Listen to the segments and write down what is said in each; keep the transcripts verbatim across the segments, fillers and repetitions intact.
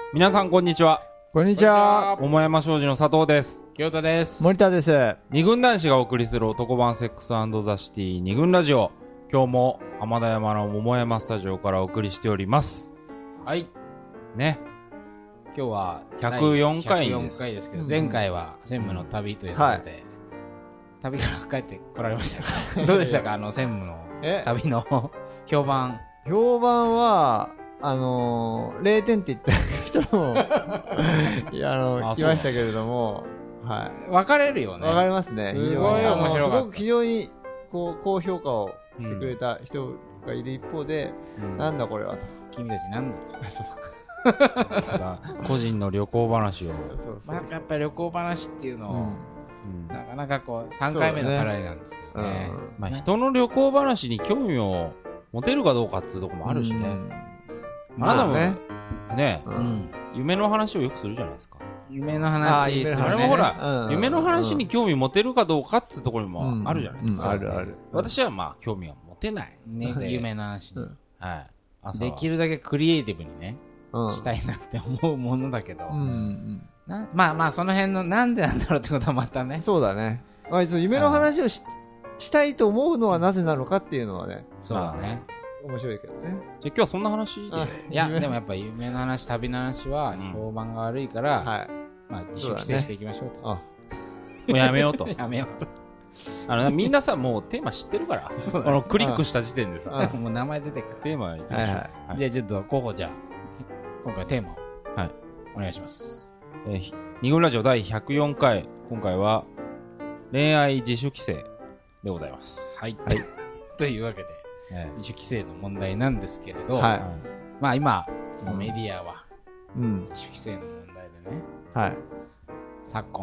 皆さんこんにちは。 こんにちは。 桃山商事の佐藤です。 清田です。 森田です。 二軍男子がお送りする男版セックス&ザシティ二軍ラジオ。今日も浜田山の桃山スタジオからお送りしております。 はい。 ね。 今日はひゃくよんかいです。 ひゃくよんかいですけど、前回は専務の旅ということで、はい、旅から帰ってこられましたか？どうでしたか？あの専務の旅の評判。 評判は、あのー、れいてんって言った人もいや、あの、来ましたけれども、はい。 分かれるよね。 分かれますね。 すごい面白かった。 すごく非常に、こう、高評価をしてくれた人がいる一方で、うん、なんだこれはと。 君たちなんだと。そう個人の旅行話を。 そうそう。まあ、やっぱり旅行話っていうのを、うん、なかなかこう、さんかいめのトライなんですけどね。ねうん、まあ、人の旅行話に興味を持てるかどうかっていうところもあるしね。うんあなたもね、ね、うん、夢の話をよくするじゃないですか。 夢の話するね。 あれもほら、うん、夢の話に興味持てるかどうかっていうところもあるじゃないですか。 うんうん、あるある。 私はまあ興味は持てない。 ね、夢の話に、うん。 はい。 できるだけクリエイティブにね、うん、したいなって思うものだけど、うんうん、なまあまあその辺のなんでなんだろうってことはまたね。 そうだね。あいつ夢の話を し, したいと思うのはなぜなのかっていうのはね。 そうだね。 面白いけどね。じゃあ今日はそんな話でいやでもやっぱ夢の話旅の話は評判が悪いから、うん、はいまあ自主規制していきましょうと。うね、あもうやめようと。 やめようと。 あのみんなさもうテーマ知ってるから。そうだ、ね、あのクリックした時点でさ。 もう名前出てくる。 テーマいきましょう。はいはいはい、 じゃあちょっと候補じゃあ今回テーマをはいお願いします。 えー、二軍ラジオだいひゃくよんかい今回は恋愛自主規制でございます。 はい。はい、というわけで。自主規制の問題なんですけれど、はい、まあ今もうメディアは自主規制の問題でね、はい、昨今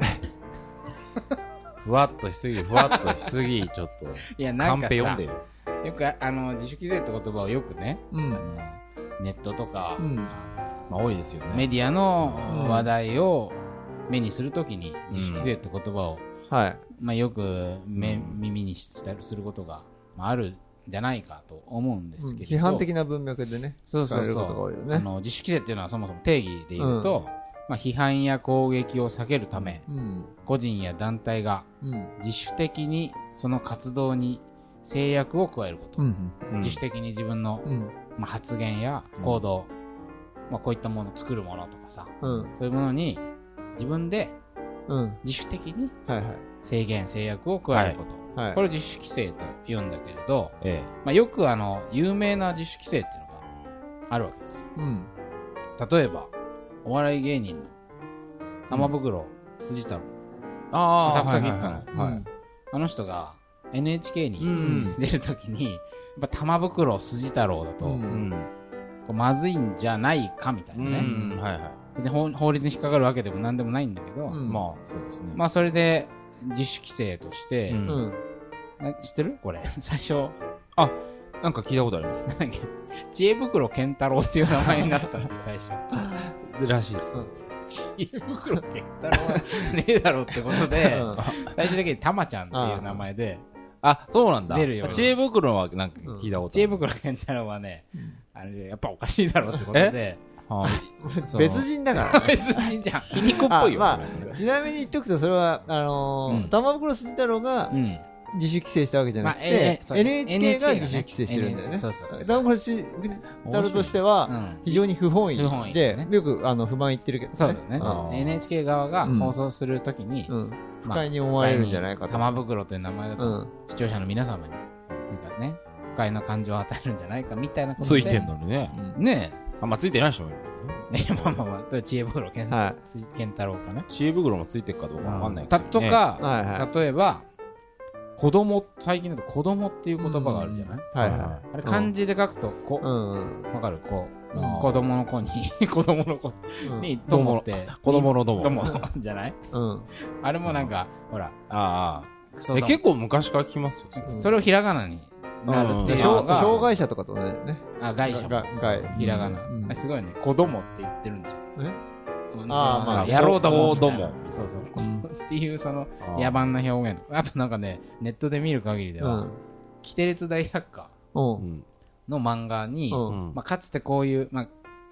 ふわっとしすぎふわっとしすぎちょっといやなんかさ読んでよよくあの自主規制って言葉をよくね、うん、あのネットとか、うんまあ、多いですよねメディアの話題を目にするときに自主規制って言葉を、うんはいまあ、よく目、うん、耳にしたりすることが、まあ、あるじゃないかと思うんですけれど、 うん、批判的な文脈でねそうそうそう、ね、あの自主規制っていうのはそもそも定義で言うと、うんまあ、批判や攻撃を避けるため、うん、個人や団体が自主的にその活動に制約を加えること、うんうん、自主的に自分の、うんまあ、発言や行動、うんまあ、こういったものを作るものとかさ、うん、そういうものに自分で自主的に制限、制約を加えること、はいはい、これを自主規制と言うんだけれど、ええまあ、よくあの有名な自主規制っていうのがあるわけですよ、うん、例えばお笑い芸人の玉袋筋太郎、うん、あサクサキッドの、はいはいはい、あの人が エヌエイチケー に出るときに、うん、やっぱ玉袋筋太郎だと、うん、こうまずいんじゃないかみたいなね、うんはいはい、別に法律に引っかかるわけでもなんでもないんだけど、うん、まあそうですねまあそれで自主規制として、うんうん、知ってるこれ最初あなんか聞いたことありますね知恵袋健太郎っていう名前になったの最初らしいです、うん、 知恵袋健太郎はねえだろうってことで、うん、最終的にたまちゃんっていう名前であそうなんだ出るよ知恵袋はなんか聞いたことある、うん、 知恵袋健太郎はね、うん、あれやっぱおかしいだろうってことではあ、別人だから、 ね、別人じゃん皮肉っぽいよ、 まあ、ちなみに言っとくとそれはあのーうん、玉袋筋太郎が自主規制したわけじゃなくて、まあえー、エヌエイチケー が自主規制してるんだよね。玉袋筋太郎としては非常に不本意で、ね、よくあの不満言ってるけどね。 そうだね。エヌエイチケー 側が放送するときに、うんうん不快に思われるんじゃないかと。 玉袋という名前だと、うん、視聴者の皆様になんかね不快な感情を与えるんじゃないかみたいなことでついてんのにね。 うん、ねえ。 あんまあ、ついてない人もいるけどね。まあまあまあ、知恵袋健、はい、太郎かね。 知恵袋もついてるかどうかわかんないけど、ね。 たとか、はいはい、例えば、子供、最近だと子供っていう言葉があるじゃない、うん、はいはい。あれ漢字で書くと、こ、うんうん、わかるこう、うん、子供の子に、子供の子に、と思って、 子供のども。 どもじゃないうん。あれもなんか、ほら、 ああ。え、結構昔から聞きますよ。 それをひらがなに。なるっていうのが障害者とかとね。 あ、害者。害。ひらがな。うん、すごいね。子供って言ってるんでしょ。えああ、まあ、やろうと思う。子供。そうそう。うん、っていうその野蛮な表現。あとなんかね、ネットで見る限りでは、キテレツ大百科の漫画に、まあかつてこういう、まあ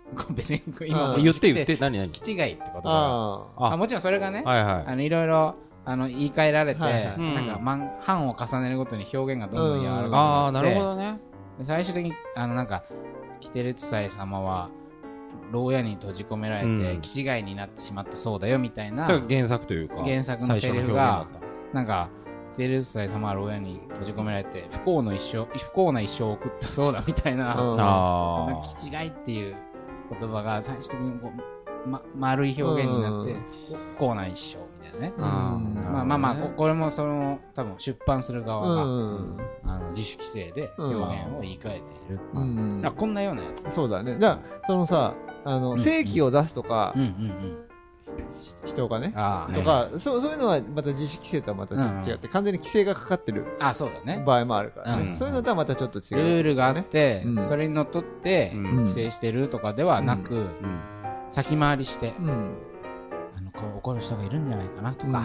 別に今言って言って何何気違いってことがあもちろんそれがね、 はいはい、 あのいろいろあの言い換えられて、はいはい、なんか、ま、半を重ねるごとに表現がどんどん柔らかくなって、うん、 ああなるほどね。 最終的にあのなんかキテレツ祭様は牢屋に閉じ込められて、うん、気違いになってしまったそうだよみたいな、 それが原作というか原作のセリフがなんかキテレツ祭様は牢屋に閉じ込められて不幸の一生不幸な一生を送ったそうだみたいな、うん、その気違いっていう言葉が最終的にこう、ま、丸い表現になって、うん、不幸な一生みたいなね、うん、まあまあまあこれもその多分出版する側が、うん、あの自主規制で表現を言い換えている、うんうん、こんなようなやつそうだね。だからそのさあの、うん、正規を出すとか、うんうんうん人がねとか、はい、そう、そういうのはまた自主規制とはまたちょっと違って、うん、完全に規制がかかってる場合もあるからね、うん、そういうのとはまたちょっと違う、 ルールがあって、うん、それにのっとって規制してるとかではなく、うん、先回りして、うん、あのこう怒る人がいるんじゃないかなとか、うん、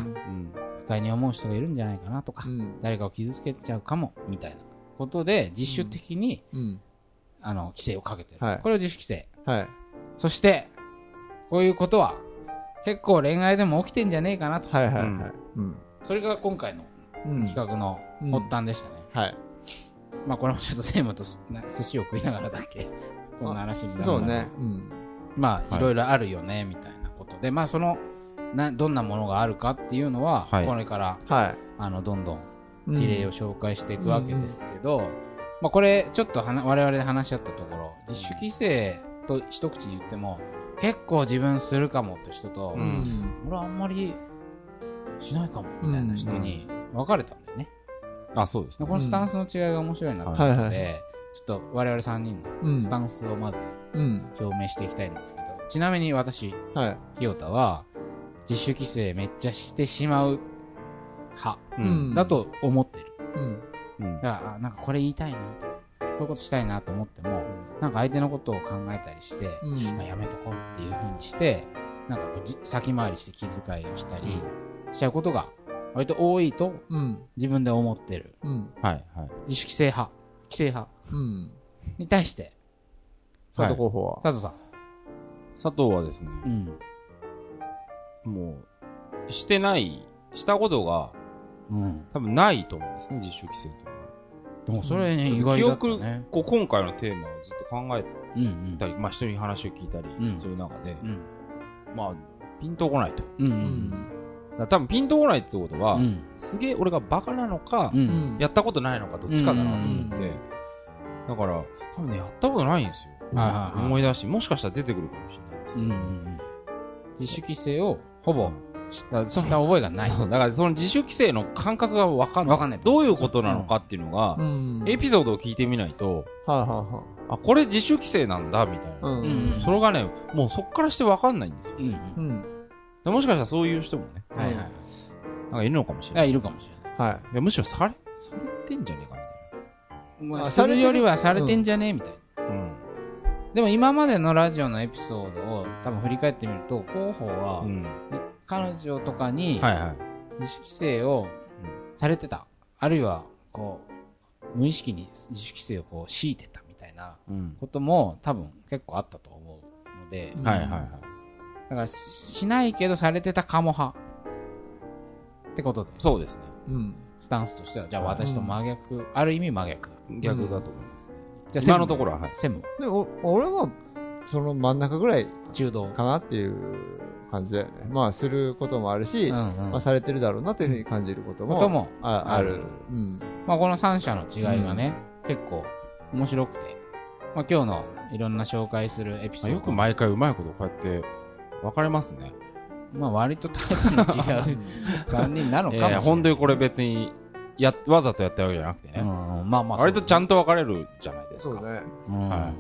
不快に思う人がいるんじゃないかなとか、うん、誰かを傷つけちゃうかもみたいなことで自主的に、うん、あの規制をかけてる、はい、これを自主規制、はい、そしてこういうことは結構恋愛でも起きてんじゃねえかなと。はいはいはい。うん、それが今回の企画の発端でしたね。うんうん、はい。まあこれもちょっとセイムと寿司を食いながらだっけこんな話になる。 そうね。うん。 まあいろいろあるよね、みたいなことで、まあそのなどんなものがあるかっていうのは、はい、これから、はい、あのどんどん事例を紹介していくわけですけど、うんうん、まあこれちょっとはな我々で話し合ったところ、自主規制と一口に言っても。結構自分するかもって人と、うん、俺はあんまりしないかもみたいな人に分かれたんだよね、 うん、あそうですね。 このスタンスの違いが面白いなと思ったので、うん、ちょっと我々さんにんのスタンスをまず表明していきたいんですけど、うん、ちなみに私、はい、清田は自主規制めっちゃしてしまう派、うん、だと思ってる、うんうん、だからなんかこれ言いたいなとこういうことしたいなと思っても、なんか相手のことを考えたりして、うん、まあ、やめとこうっていう風にして、なんかこうじ先回りして気遣いをしたりしちゃうことが割と多いと自分で思ってる。うん、はいはい。自主規制派、規制派、うん、に対して、 佐藤候補は、 佐藤さん。 佐藤はですね、うん、もうしてないしたことが、うん、多分ないと思うんですね、自主規制と。 でもそれね、意外だったね。 記憶、こう今回のテーマをずっと考えたり、うんうん、まあ人に話を聞いたり、うん、そういう中で、うん、まあピンとこないと。うんうん、だ多分ピンとこないってことは、うん、すげえ俺がバカなのか、うん、やったことないのかどっちかだなと思って、うんうん、だから多分ねやったことないんですよ。はいはいはい、思い出しもしかしたら出てくるかもしれないですけど、うんうん、 自主規制をほぼしたした覚えがない。 そうだからその自主規制の感覚が分かんない。分かんない。どういうことなのかっていうのが、うん、エピソードを聞いてみないと、はあはあはあ、あこれ自主規制なんだみたいな、うんうん、それがねもうそっからして分かんないんですよ。うんうん、でもしかしたらそういう人もね、はいはい、なんかいるのかもしれない。 いやいるかもしれない。はい。 いやむしろされされてんじゃねえかみたいな。 まあ、それよりはされてんじゃねえみたいな。うん。でも今までのラジオのエピソードを多分振り返ってみると候補は、うん、彼女とかに自主規制をされてた、はいはい、あるいはこう無意識に自主規制をこう強いてたみたいなことも多分結構あったと思うので、うん、はいはいはい、だからしないけどされてたかも派ってことで、 そうですね、 うん、スタンスとしてはじゃあ私と真逆、うん、ある意味真逆逆だと思いますね、 うん、じゃあ今のところは、はい、専務でお俺はその真ん中ぐらい中道かなっていう感じだよね。まあすることもあるし、うんうん、まあ、されてるだろうなというふうに感じることも、 こともあ, ある、 うん、まあこの三者の違いがね、うん、結構面白くて、まあ今日のいろんな紹介するエピソード、 よく毎回うまいことこうやって分かれますね。 まあ割とタイプの違うさんにんなのかもしれない。いや本当にこれ別にやわざとやったわけじゃなくてね、うん、まあまあ割とちゃんと分かれるじゃないですか。そうね、うん、はい、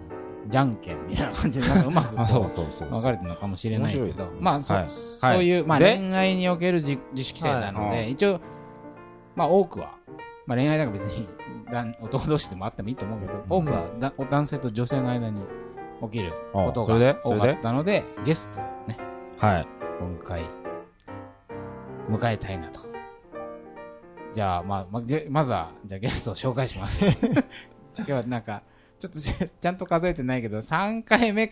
じゃんけんみたいな感じでなんかうまくこうそうそうそう分かれてるのかもしれないけど、まあ そ,、はい、そういう、まあ、恋愛における自主規制なので、はい、一応まあ多くは、まあ、恋愛だから別に男同士でもあってもいいと思うけど、うん、多くはだ男性と女性の間に起きることが多かったのでゲストをね、はい、今回迎えたいなと。じゃあ、まあ、ま, まずはじゃあゲストを紹介します今日はなんかちょっとちゃんと数えてないけどさんかいめか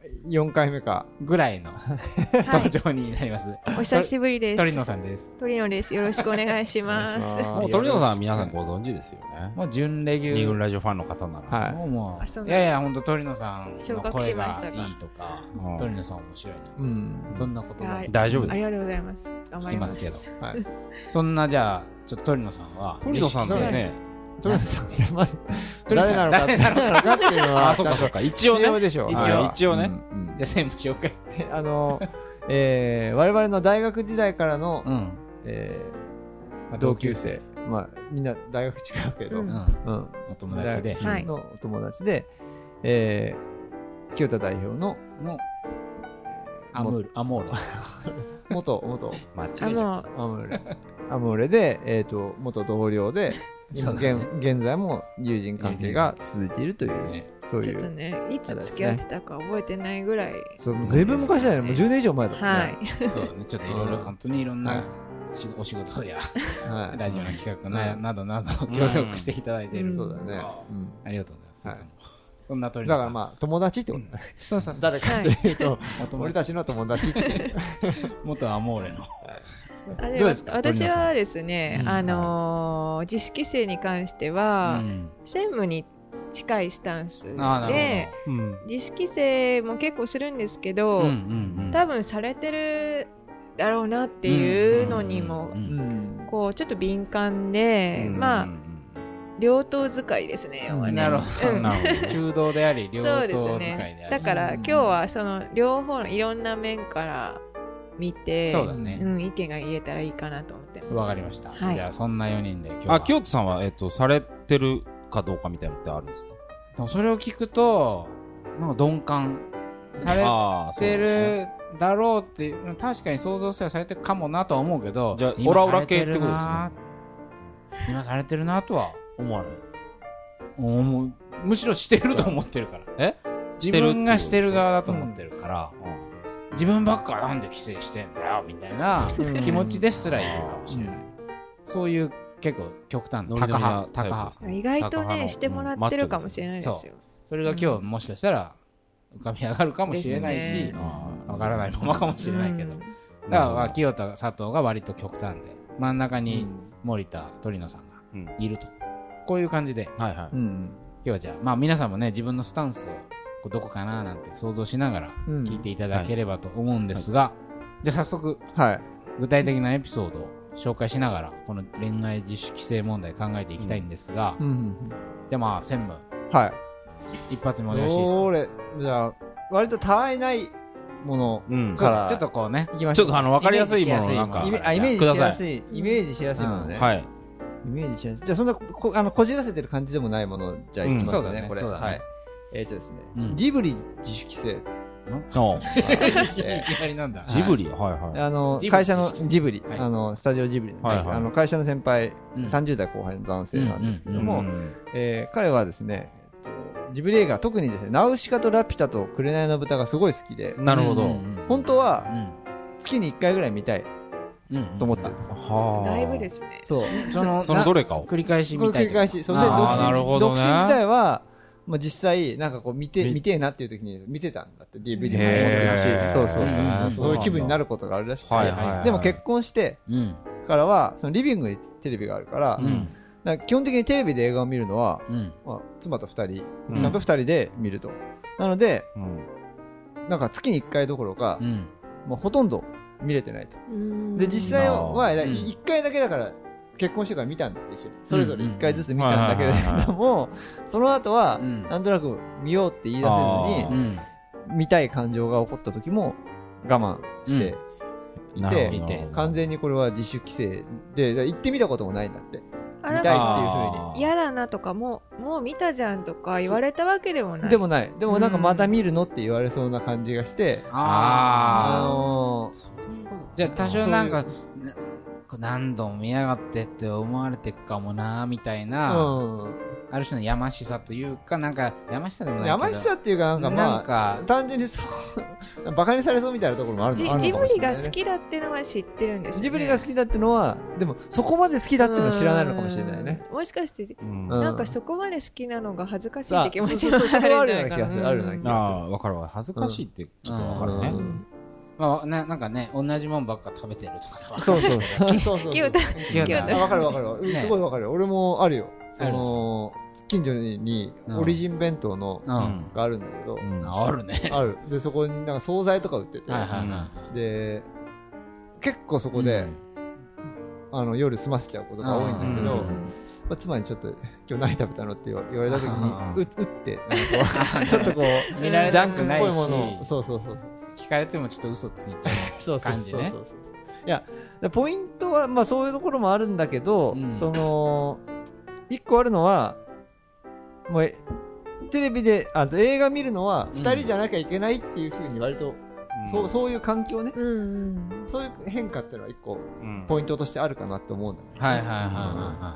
よんかいめかぐらいの登場になります。 お久しぶりです。 鳥野さんです。 鳥野です。よろしくお願いします。 もう鳥野さんは皆さんご存知ですよね。 もう準レギュ二軍ラジオファンの方なら。 はい。もういやいや本当鳥野さんの声がいいとか、鳥野さん面白いね。うん。そんなことも大丈夫です。 ありがとうございます。 頑張りますけど。はい。そんなじゃあちょっと鳥野さんは鳥野さんね。 鳥野さん、まず、誰なのかっていうのは、 あ、そうかそうか、一応ね。 必要でしょう。 一応。 一応ね。 じゃあ、専務紹介。 あの、えー、我々の大学時代からの、えー、同級生。まあ、みんな大学違うけど、うん。 お友達で。 のお友達で、えー、清田代表の、の、 アムール、アモーレ。 元、元、 間違えちゃった。 アムーレ。アムーレで、えっと、元同僚で、今現現在も友人関係が続いているというね、そういう。 ちょっとね、いつ付き合ってたか覚えてないぐらい。 そう、ずいぶん昔だよね。もうじゅうねん以上前だもんね。 はい。 そうね、ちょっといろいろ、本当にいろんなお仕事や、ラジオの企画などなど協力していただいている。 そうだね。 ありがとうございます。そんな通りだからまあ、友達ってことだね。 そうそうそう。 誰かというと、俺たちの友達って。 元アモーレの。 あれ私はですね、あの自主規制に関しては、専務に近いスタンスで、自主規制も結構するんですけど、多分されてるだろうなっていうのにも、こうちょっと敏感で、まあ両党使いですね。 なるほど。中道であり両党使いであり。 だから今日はその両方のいろんな面から見て、 そうだね。 うん、意見が言えたらいいかなと思ってます。 わかりました。じゃあそんなよにんで今日は。あ、京都さんはえっとされてるかどうかみたいなのってあるんですか？ でもそれを聞くとなんか鈍感されてるだろうって確かに想像すればされてるかもなとは思うけど、 じゃあオラオラ系ってことですね。 今されてるなとは思わない。 思う。むしろしてると思ってるから。 え？ 自分がしてる側だと思ってるから。自分ばっかなんで規制してんだよみたいな気持ちですらいるかもしれない、うん、そういう結構極端なタカ派タカ派意外とねしてもらってるかもしれないですよ。 そうそれが今日もしかしたら浮かび上がるかもしれないし、ね、わからないままかもしれないけど、うん、だから清田佐藤が割と極端で真ん中に森田鳥野さんがいると、うん、こういう感じで、はいはい、うん、今日はじゃあまあ皆さんもね自分のスタンスをどこかななんて想像しながら聞いていただければと思うんですが、うんはい、じゃあ早速、はい、具体的なエピソードを紹介しながらこの恋愛自主規制問題考えていきたいんですが、うんうんうん、じゃあまあ専務、はい、一発目お願いしていいですか。 俺じゃあ割とたわいないものから、 うん、ちょっとこうねちょっとあの分かりやすいものなんかイメージしやすいイメージしやすいものね、うん、はいイメージしやすいじゃあそんなこあのこじらせてる感じでもないものじゃあいきますね、うん、そうだねこれそうだね、はいえーとですね、うん、ジブリ自主規制。いきなりなんだ。 ジブリはいはい。 あの、会社のジブリ、はい、あの、スタジオジブリ、はいはい、あの、会社の先輩、うん、さんじゅう代後輩の男性なんですけども、えー、彼はですね、ジブリ映画、特にですね、ナウシカとラピュタと紅の豚がすごい好きで、 なるほど。 本当は、月にいっかいぐらい見たい。と思ってる。 はあ。だいぶですね。 そう。 その、そのどれかを繰り返し見たい。 繰り返し。それで、独身時代は、まあ、実際、なんかこう見て、見てえなっていう時に見てたんだって、ディーブイディー も持ってるし、そうそうそう、そういう気分になることがあるらしくて、でも結婚してからは、そのリビングにテレビがあるから、から基本的にテレビで映画を見るのは、まあ、妻と二人、ちゃんと二人で見ると。なので、なんか月にいっかいどころか、もうほとんど見れてないと。で、実際はいっかいだけだから、結婚してから見たんだって一緒にそれぞれいっかいずつ見たんだけれどもその後はなんとなく見ようって言い出せずに見たい感情が起こった時も我慢していて完全にこれは自主規制で行ってみたこともないんだって見たいっていうふうに嫌だなとかもうもう見たじゃんとか言われたわけでもないでもないでもなんかまた見るのって言われそうな感じがしてああのじゃあ多少なんか何度も見やがってって思われてるかもなみたいなある種のやましさというか、なんかやましさでもないけど、 やましさっていうか、なんかまあ、か単純にそう、バカにされそうみたいなところもあるのかもしれない、ね、 ジブリが好きだっていうのは知ってるんですよね。 ジブリが好きだっていうのは、でもそこまで好きだっていうのは知らないのかもしれないね。 もしかして、うん、なんかそこまで好きなのが恥ずかしいって気持ちがあるんじゃないかな。あるような気がする。あるような気がする。 ああ、わかるわ。恥ずかしいってちょっとわかるね。うんうん、 まあ、な, なんかね、同じもんばっか食べてるとかさ。 そうそう。そうそう。 キヨタ。 わかるわかる。すごいわかる。俺もあるよ。その、近所にオリジン弁当のがあるんだけど。 あるね。 ある。で、そこになんか惣菜とか売ってて。で、結構そこで、あの、夜済ませちゃうことが多いんだけど、まあ、妻にちょっと、今日何食べたのって言われた時に、う、打って、ちょっとこう、ジャンクっぽいものを、そうそうそう。 聞かれてもちょっと嘘ついちゃう感じね。 いや、ポイントは、まあそういうところもあるんだけど、うん、その、一個あるのは、もう、テレビで、あと映画見るのは、二人じゃなきゃいけないっていうふうに割と、うん、そう、そういう環境ね、うんうん、そういう変化っていうのは一個、ポイントとしてあるかなって思うんだよね。 はいはいはいはい。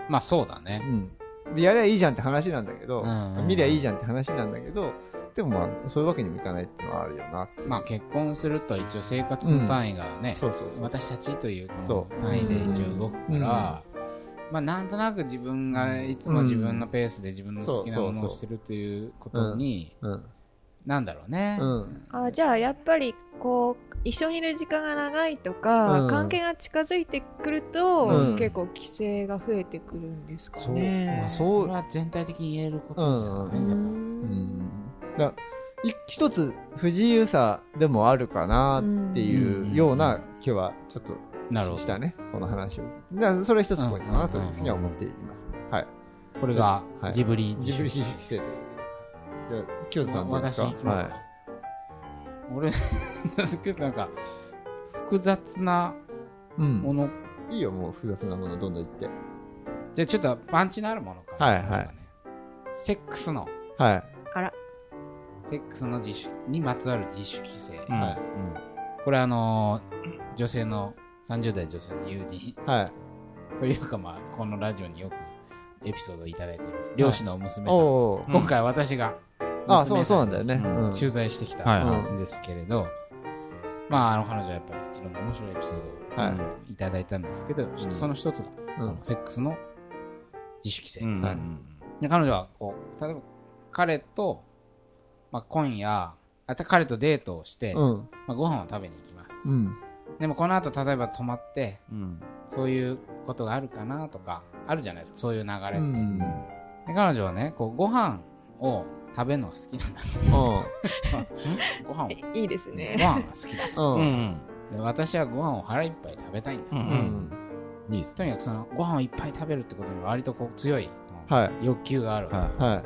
まあそうだね。 うん。やりゃいいじゃんって話なんだけど、うんうん、見りゃいいじゃんって話なんだけど、でもまあそういうわけにもいかないっていうのはあるよな。 まあ結婚すると一応生活の単位がね、うん、そうそうそう、私たちという単位で一応動くから、うん、まあなんとなく自分がいつも自分のペースで自分の好きなものをしてるということに、なんだろうね。うん、 あ、じゃあやっぱりこう一緒にいる時間が長いとか、うん、関係が近づいてくると、うん、結構規制が増えてくるんですかね。 そう、まあ、それは全体的に言えることじゃないかな。うんうんだ一つ不自由さでもあるかなっていうような今日はちょっとしたね、この話を。だからそれは一つポイントかなというふうには思っていますね。はい。 これがジブリ自主規制。じゃあ清田さんどうですか？ 私行きますか。はい、俺なんか複雑なもの、 うん、いいよもう複雑なものどんどん言って。 じゃあちょっとパンチのあるものから、ね。はいはい。セックスの。 はい。 あら。 セックスの自主にまつわる自主規制、うんはいうん、これあのー、女性のさんじゅう代女性の友人、はい、というかまあこのラジオによくエピソードをいただいている漁師の娘さん、はい、今回私が娘さんに、ねうん、 取材してきたんですけれど、はいはい、まああの彼女はやっぱりいろんな面白いエピソードを、はい、いただいたんですけど、うん、その一つが、うん、セックスの自主規制、うんはい、で彼女はこう例えば彼とまあ、今夜あた彼とデートをして、うんまあ、ご飯を食べに行きます、うん、でもこの後例えば泊まって、うん、そういうことがあるかなとかあるじゃないですか、そういう流れって、うん、で彼女はねこうご飯を食べるのが好きなんだってご飯をいいですねご飯が好きだと、うん、で私はご飯を腹いっぱい食べたいんだ、うんうん、いいです。とにかくそのご飯をいっぱい食べるってことに割とこう強い欲求がある、はいはい、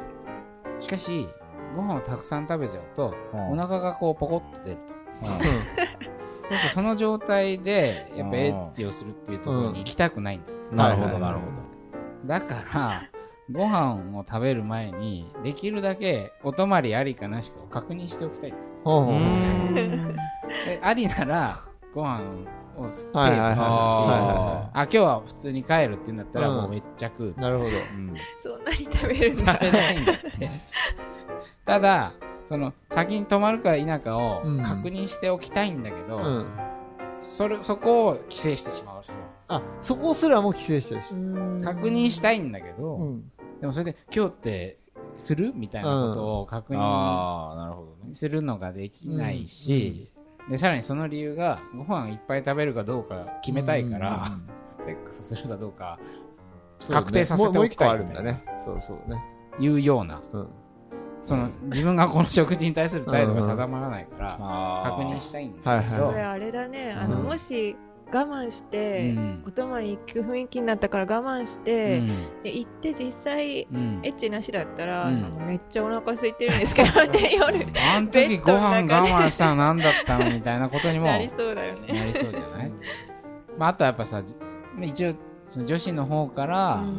しかしご飯をたくさん食べちゃうと、うん、お腹がこうポコッと出ると、うん、そうするとその状態でやっぱエッチをするっていうところに行きたくないんだ、 うん、なるほどなるほど。だからご飯を食べる前にできるだけお泊まりありかなしかを確認しておきたい。うんありならご飯をセーブするし、あ今日は普通に帰るって言うんだったらもうめっちゃ食う、うん、 なるほど、うん、そんなに食べるんだ食べないんだってただその先に泊まるか否かを確認しておきたいんだけど、うん、それそこを規制してしまうそうです。 あ、そこすらも規制してるし確認したいんだけど、うん、でもそれで今日ってするみたいなことを確認するのができないし、うん、でさらにその理由がご飯いっぱい食べるかどうか決めたいから、うん、セックスするかどうか確定させておきたいみたいないうような、うんその自分がこの食事に対する態度が定まらないから確認したいんだけど、 それあれだね、あの、うん、もし我慢して、うん、お泊まり行く雰囲気になったから我慢して、うん、で行って実際、うん、エッチなしだったら、うん、めっちゃお腹空いてるんですけどね夜あの時ご飯我慢したの何だったのみたいなことにもなりそうだよねなりそうじゃないまああとはやっぱさ一応その女子の方から、うん、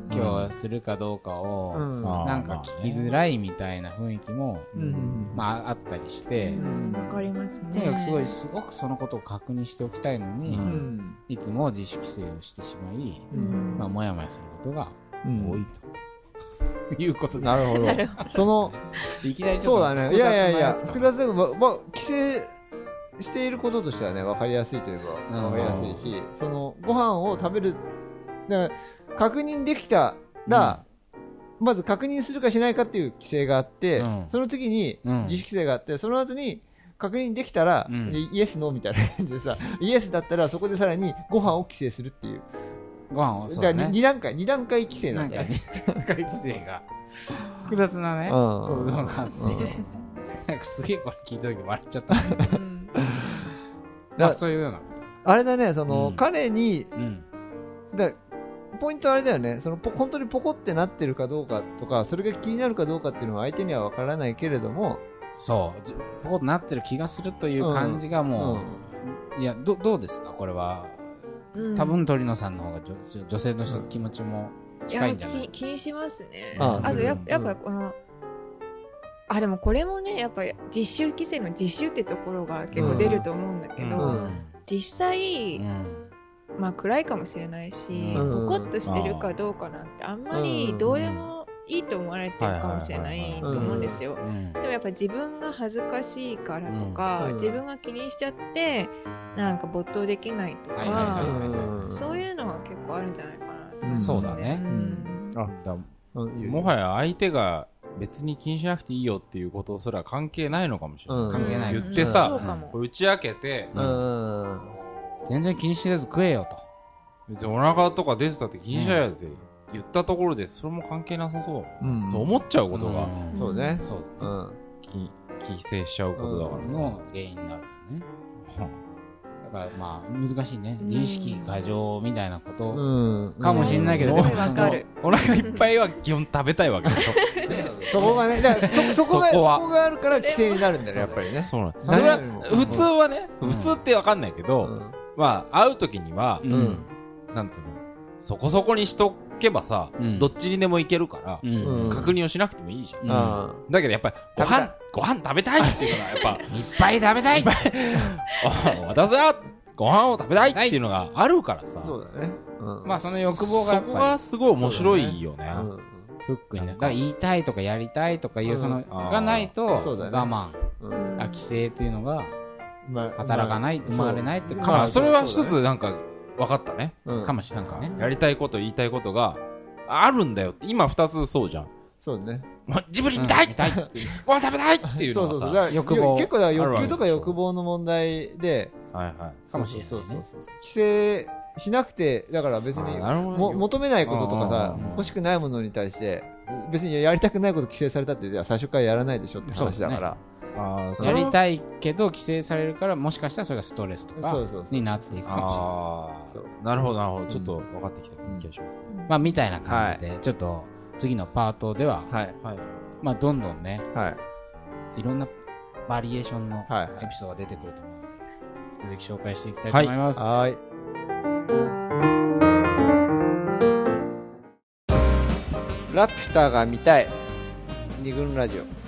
今日はするかどうかを、うん、なんか聞きづらいみたいな雰囲気も、うん、まああったりして、 わ、うん、かりますね。 とにかくすごいすごくそのことを確認しておきたいのに、うん、いつも自主規制をしてしまい、うん、まあもやもやすることが多いと。 いうことです。 なるほど。その、 いきなりちょっとそうだね。いやいやいや、複雑でも、まあ、規制していることとしてはね、わかりやすいといえばわかりやすいし、その、ご飯を食べる、だから確認できたら、うん、まず確認するかしないかっていう規制があって、うん、その次に自主規制があって、その後に確認できたら、うん、イエスノーみたいな感じでさ、イエスだったらそこでさらにご飯を規制するっていう。 ご飯をそうだね。 に段階、に段階規制なんだよね。 に段階規制が。複雑なね、行動があって、なんかすげえこれ聞いた時笑っちゃった。だそういうような。 あれだね、その、うん、彼に、うん、だポイントあれだよね、その本当にポコってなってるかどうかとか、それが気になるかどうかっていうのは相手には分からないけれども、 そう、ポコってなってる気がするという感じがもう、うんうん、いや、ど、どうですか、これは。うん、多分鳥野さんの方が 女, 女性の人の気持ちも近いんじゃない、 いや気にしますね。あ, あとややっぱこの、うん、あでもこれもねやっぱり実習規制の実習ってところが結構出ると思うんだけど、うん、実際、うん、まあ暗いかもしれないし、うん、ポコッとしてるかどうかなんてあんまりどうでもいいと思われてるかもしれないと思うんですよ。でもやっぱ自分が恥ずかしいからとか、うん、自分が気にしちゃってなんか没頭できないとか、そういうのが結構あるんじゃないかなと思って、 うん、そうだね、うん、 あだもはや相手が別に気にしなくていいよっていうことすら関係ないのかもしれない、うん、 関係ない言ってさ、うん、打ち明けて、うん、 全然気にしないず食えよと、 別にお腹とか出てたって気にしないやつで、うん言ったところでそれも関係なさそう、うん、そう思っちゃうことが、 うん、そうね、 そう、 うん、規制しちゃうことだからさ、 の原因になるね。だからまあ難しいね、自意識過剰みたいなことかもしれないけど、 わかる。 お腹いっぱいは基本食べたいわけでしょ。 そこがね、だからそそこがそこがあるから規制になるんだよね、やっぱりね。 そうなんです。それは普通はね、普通ってわかんないけど、まあ会う時には、なんつうの。そこそこにしとけばさ、うん、どっちにでもいけるから、うん、確認をしなくてもいいじゃん。うん、だけどやっぱりご飯、ご飯食べたいっていうのがやっぱ、いっぱい食べたい私はご飯を食べたいっていうのがあるからさ。 そうだね。 うん、まあその欲望がやっぱり。 そこがすごい面白いよね。うん、 フックにね。だから言いたいとかやりたいとかいうその、がないと、我慢、規制というのが働かない、生まれないってかもしれない。それは一つなんか、分かったね、 うん、かもしれないかね。 やりたいこと言いたいことがあるんだよって今二つそうじゃん。 そうね。 まあ、自分に見たい、うん、ご飯食べたいっていうのがさ、そうそうそう、 欲望結構だ欲求とか欲望の問題で、 はいはい、 かもしれない、ね。 そうそうそうそう。規制しなくてだから別にも求めないこととかさ、欲しくないものに対して別にやりたくないこと規制されたって最初からやらないでしょって話だから。 あやりたいけど規制されるからもしかしたらそれがストレスとかになっていくかもしれない。 なるほどなるほど、ちょっと分かってきた気がします、ね、 うん、まあみたいな感じで、はい、ちょっと次のパートでは、はいはい、まあどんどんね、はい、いろんなバリエーションのエピソードが出てくると思うので、引き続き紹介していきたいと思います。 はい、はいラピュタが見たい二軍ラジオ。